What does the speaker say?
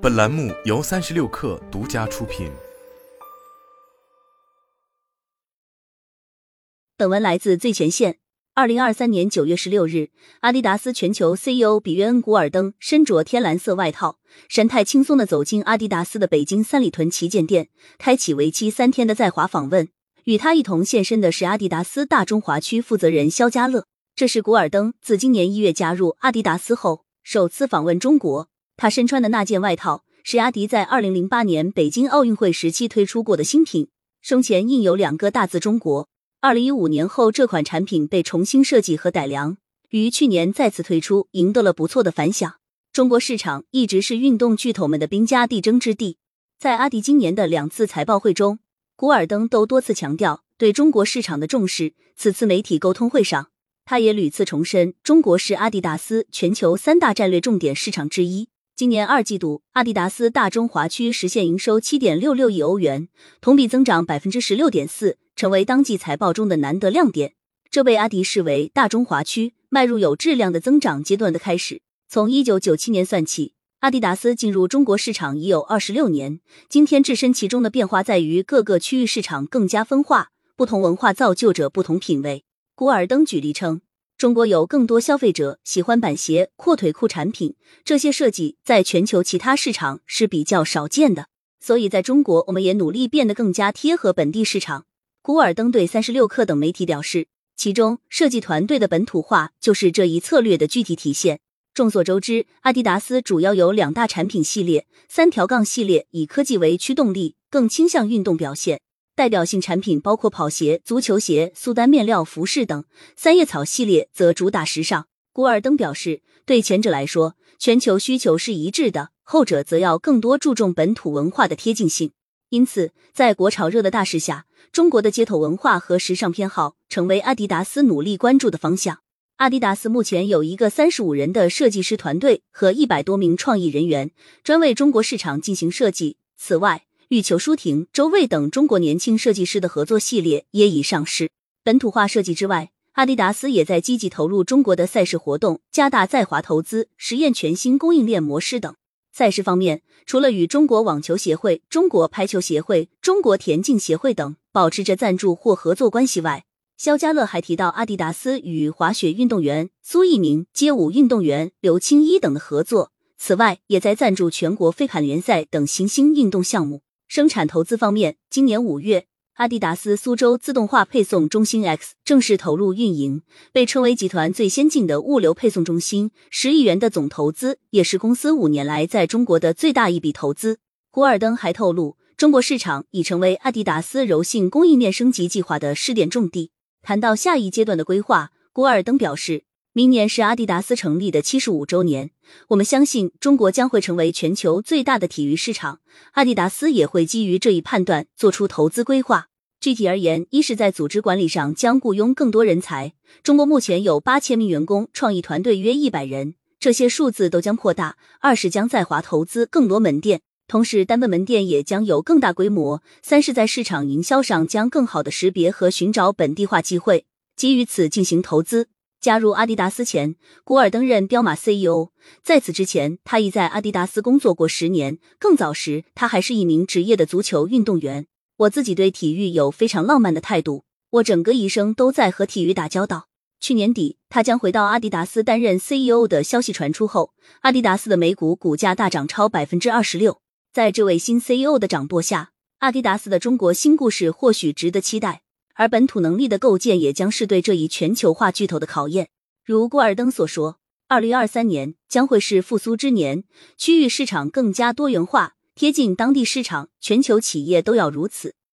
本栏目由36氪独家出品。 本文来自最前线。2023年9月16日，阿迪达斯全球 CEO 比约恩·古尔登身着天蓝色外套，神态轻松地走进阿迪达斯的北京三里屯旗舰店，开启为期3天的在华访问。与他一同现身的是阿迪达斯大中华区负责人肖家乐。这是古尔登自今年1月加入阿迪达斯后首次访问中国。他身穿的那件外套是阿迪在2008年北京奥运会时期推出过的新品，胸前印有2个大字中国。2015年后，这款产品被重新设计和改良，于去年再次推出，赢得了不错的反响。中国市场一直是运动巨头们的兵家必争之地。在阿迪今年的2次财报会中，古尔登都多次强调对中国市场的重视。此次媒体沟通会上，他也屡次重申，中国是阿迪达斯全球3大战略重点市场之一。今年2季度，阿迪达斯大中华区实现营收 7.66 亿欧元，同比增长 16.4%， 成为当季财报中的难得亮点。这被阿迪视为大中华区迈入有质量的增长阶段的开始。从1997年算起，阿迪达斯进入中国市场已有26年，今天置身其中的变化在于各个区域市场更加分化，不同文化造就着不同品味。古尔登举例称，中国有更多消费者喜欢板鞋、阔腿裤产品，这些设计在全球其他市场是比较少见的，所以在中国我们也努力变得更加贴合本地市场。古尔登对36氪等媒体表示，其中设计团队的本土化就是这一策略的具体体现。众所周知，阿迪达斯主要有2大产品系列，3条杠系列以科技为驱动力，更倾向运动表现。代表性产品包括跑鞋、足球鞋、苏丹面料服饰等，3叶草系列则主打时尚。古尔登表示，对前者来说，全球需求是一致的，后者则要更多注重本土文化的贴近性。因此，在国潮热的大势下，中国的街头文化和时尚偏好成为阿迪达斯努力关注的方向。阿迪达斯目前有一个35人的设计师团队和100多名创意人员，专为中国市场进行设计。此外，羽球舒婷、周卫等中国年轻设计师的合作系列也已上市。本土化设计之外，阿迪达斯也在积极投入中国的赛事活动，加大在华投资，实验全新供应链模式等。赛事方面，除了与中国网球协会、中国排球协会、中国田径协会等保持着赞助或合作关系外，肖家乐还提到阿迪达斯与滑雪运动员苏翊鸣、街舞运动员刘青一等的合作，此外也在赞助全国飞盘联赛等新兴运动项目。生产投资方面，今年5月，阿迪达斯苏州自动化配送中心 X 正式投入运营，被称为集团最先进的物流配送中心，10亿元的总投资，也是公司5年来在中国的最大一笔投资。古尔登还透露，中国市场已成为阿迪达斯柔性供应链升级计划的试点重地。谈到下一阶段的规划，古尔登表示，明年是阿迪达斯成立的75周年，我们相信中国将会成为全球最大的体育市场，阿迪达斯也会基于这一判断做出投资规划。具体而言，一是在组织管理上将雇佣更多人才，中国目前有8000名员工，创意团队约100人，这些数字都将扩大；二是将在华投资更多门店，同时单个门店也将有更大规模；三是在市场营销上将更好的识别和寻找本地化机会，基于此进行投资。加入阿迪达斯前，古尔登任彪马 CEO， 在此之前，他已在阿迪达斯工作过10年，更早时他还是一名职业的足球运动员。我自己对体育有非常浪漫的态度，我整个一生都在和体育打交道。去年底，他将回到阿迪达斯担任 CEO 的消息传出后，阿迪达斯的美股股价大涨超 26%。在这位新 CEO 的掌舵下，阿迪达斯的中国新故事或许值得期待。而本土能力的构建也将是对这一全球化巨头的考验。如古尔登所说，2023年将会是复苏之年，区域市场更加多元化，贴近当地市场，全球企业都要如此。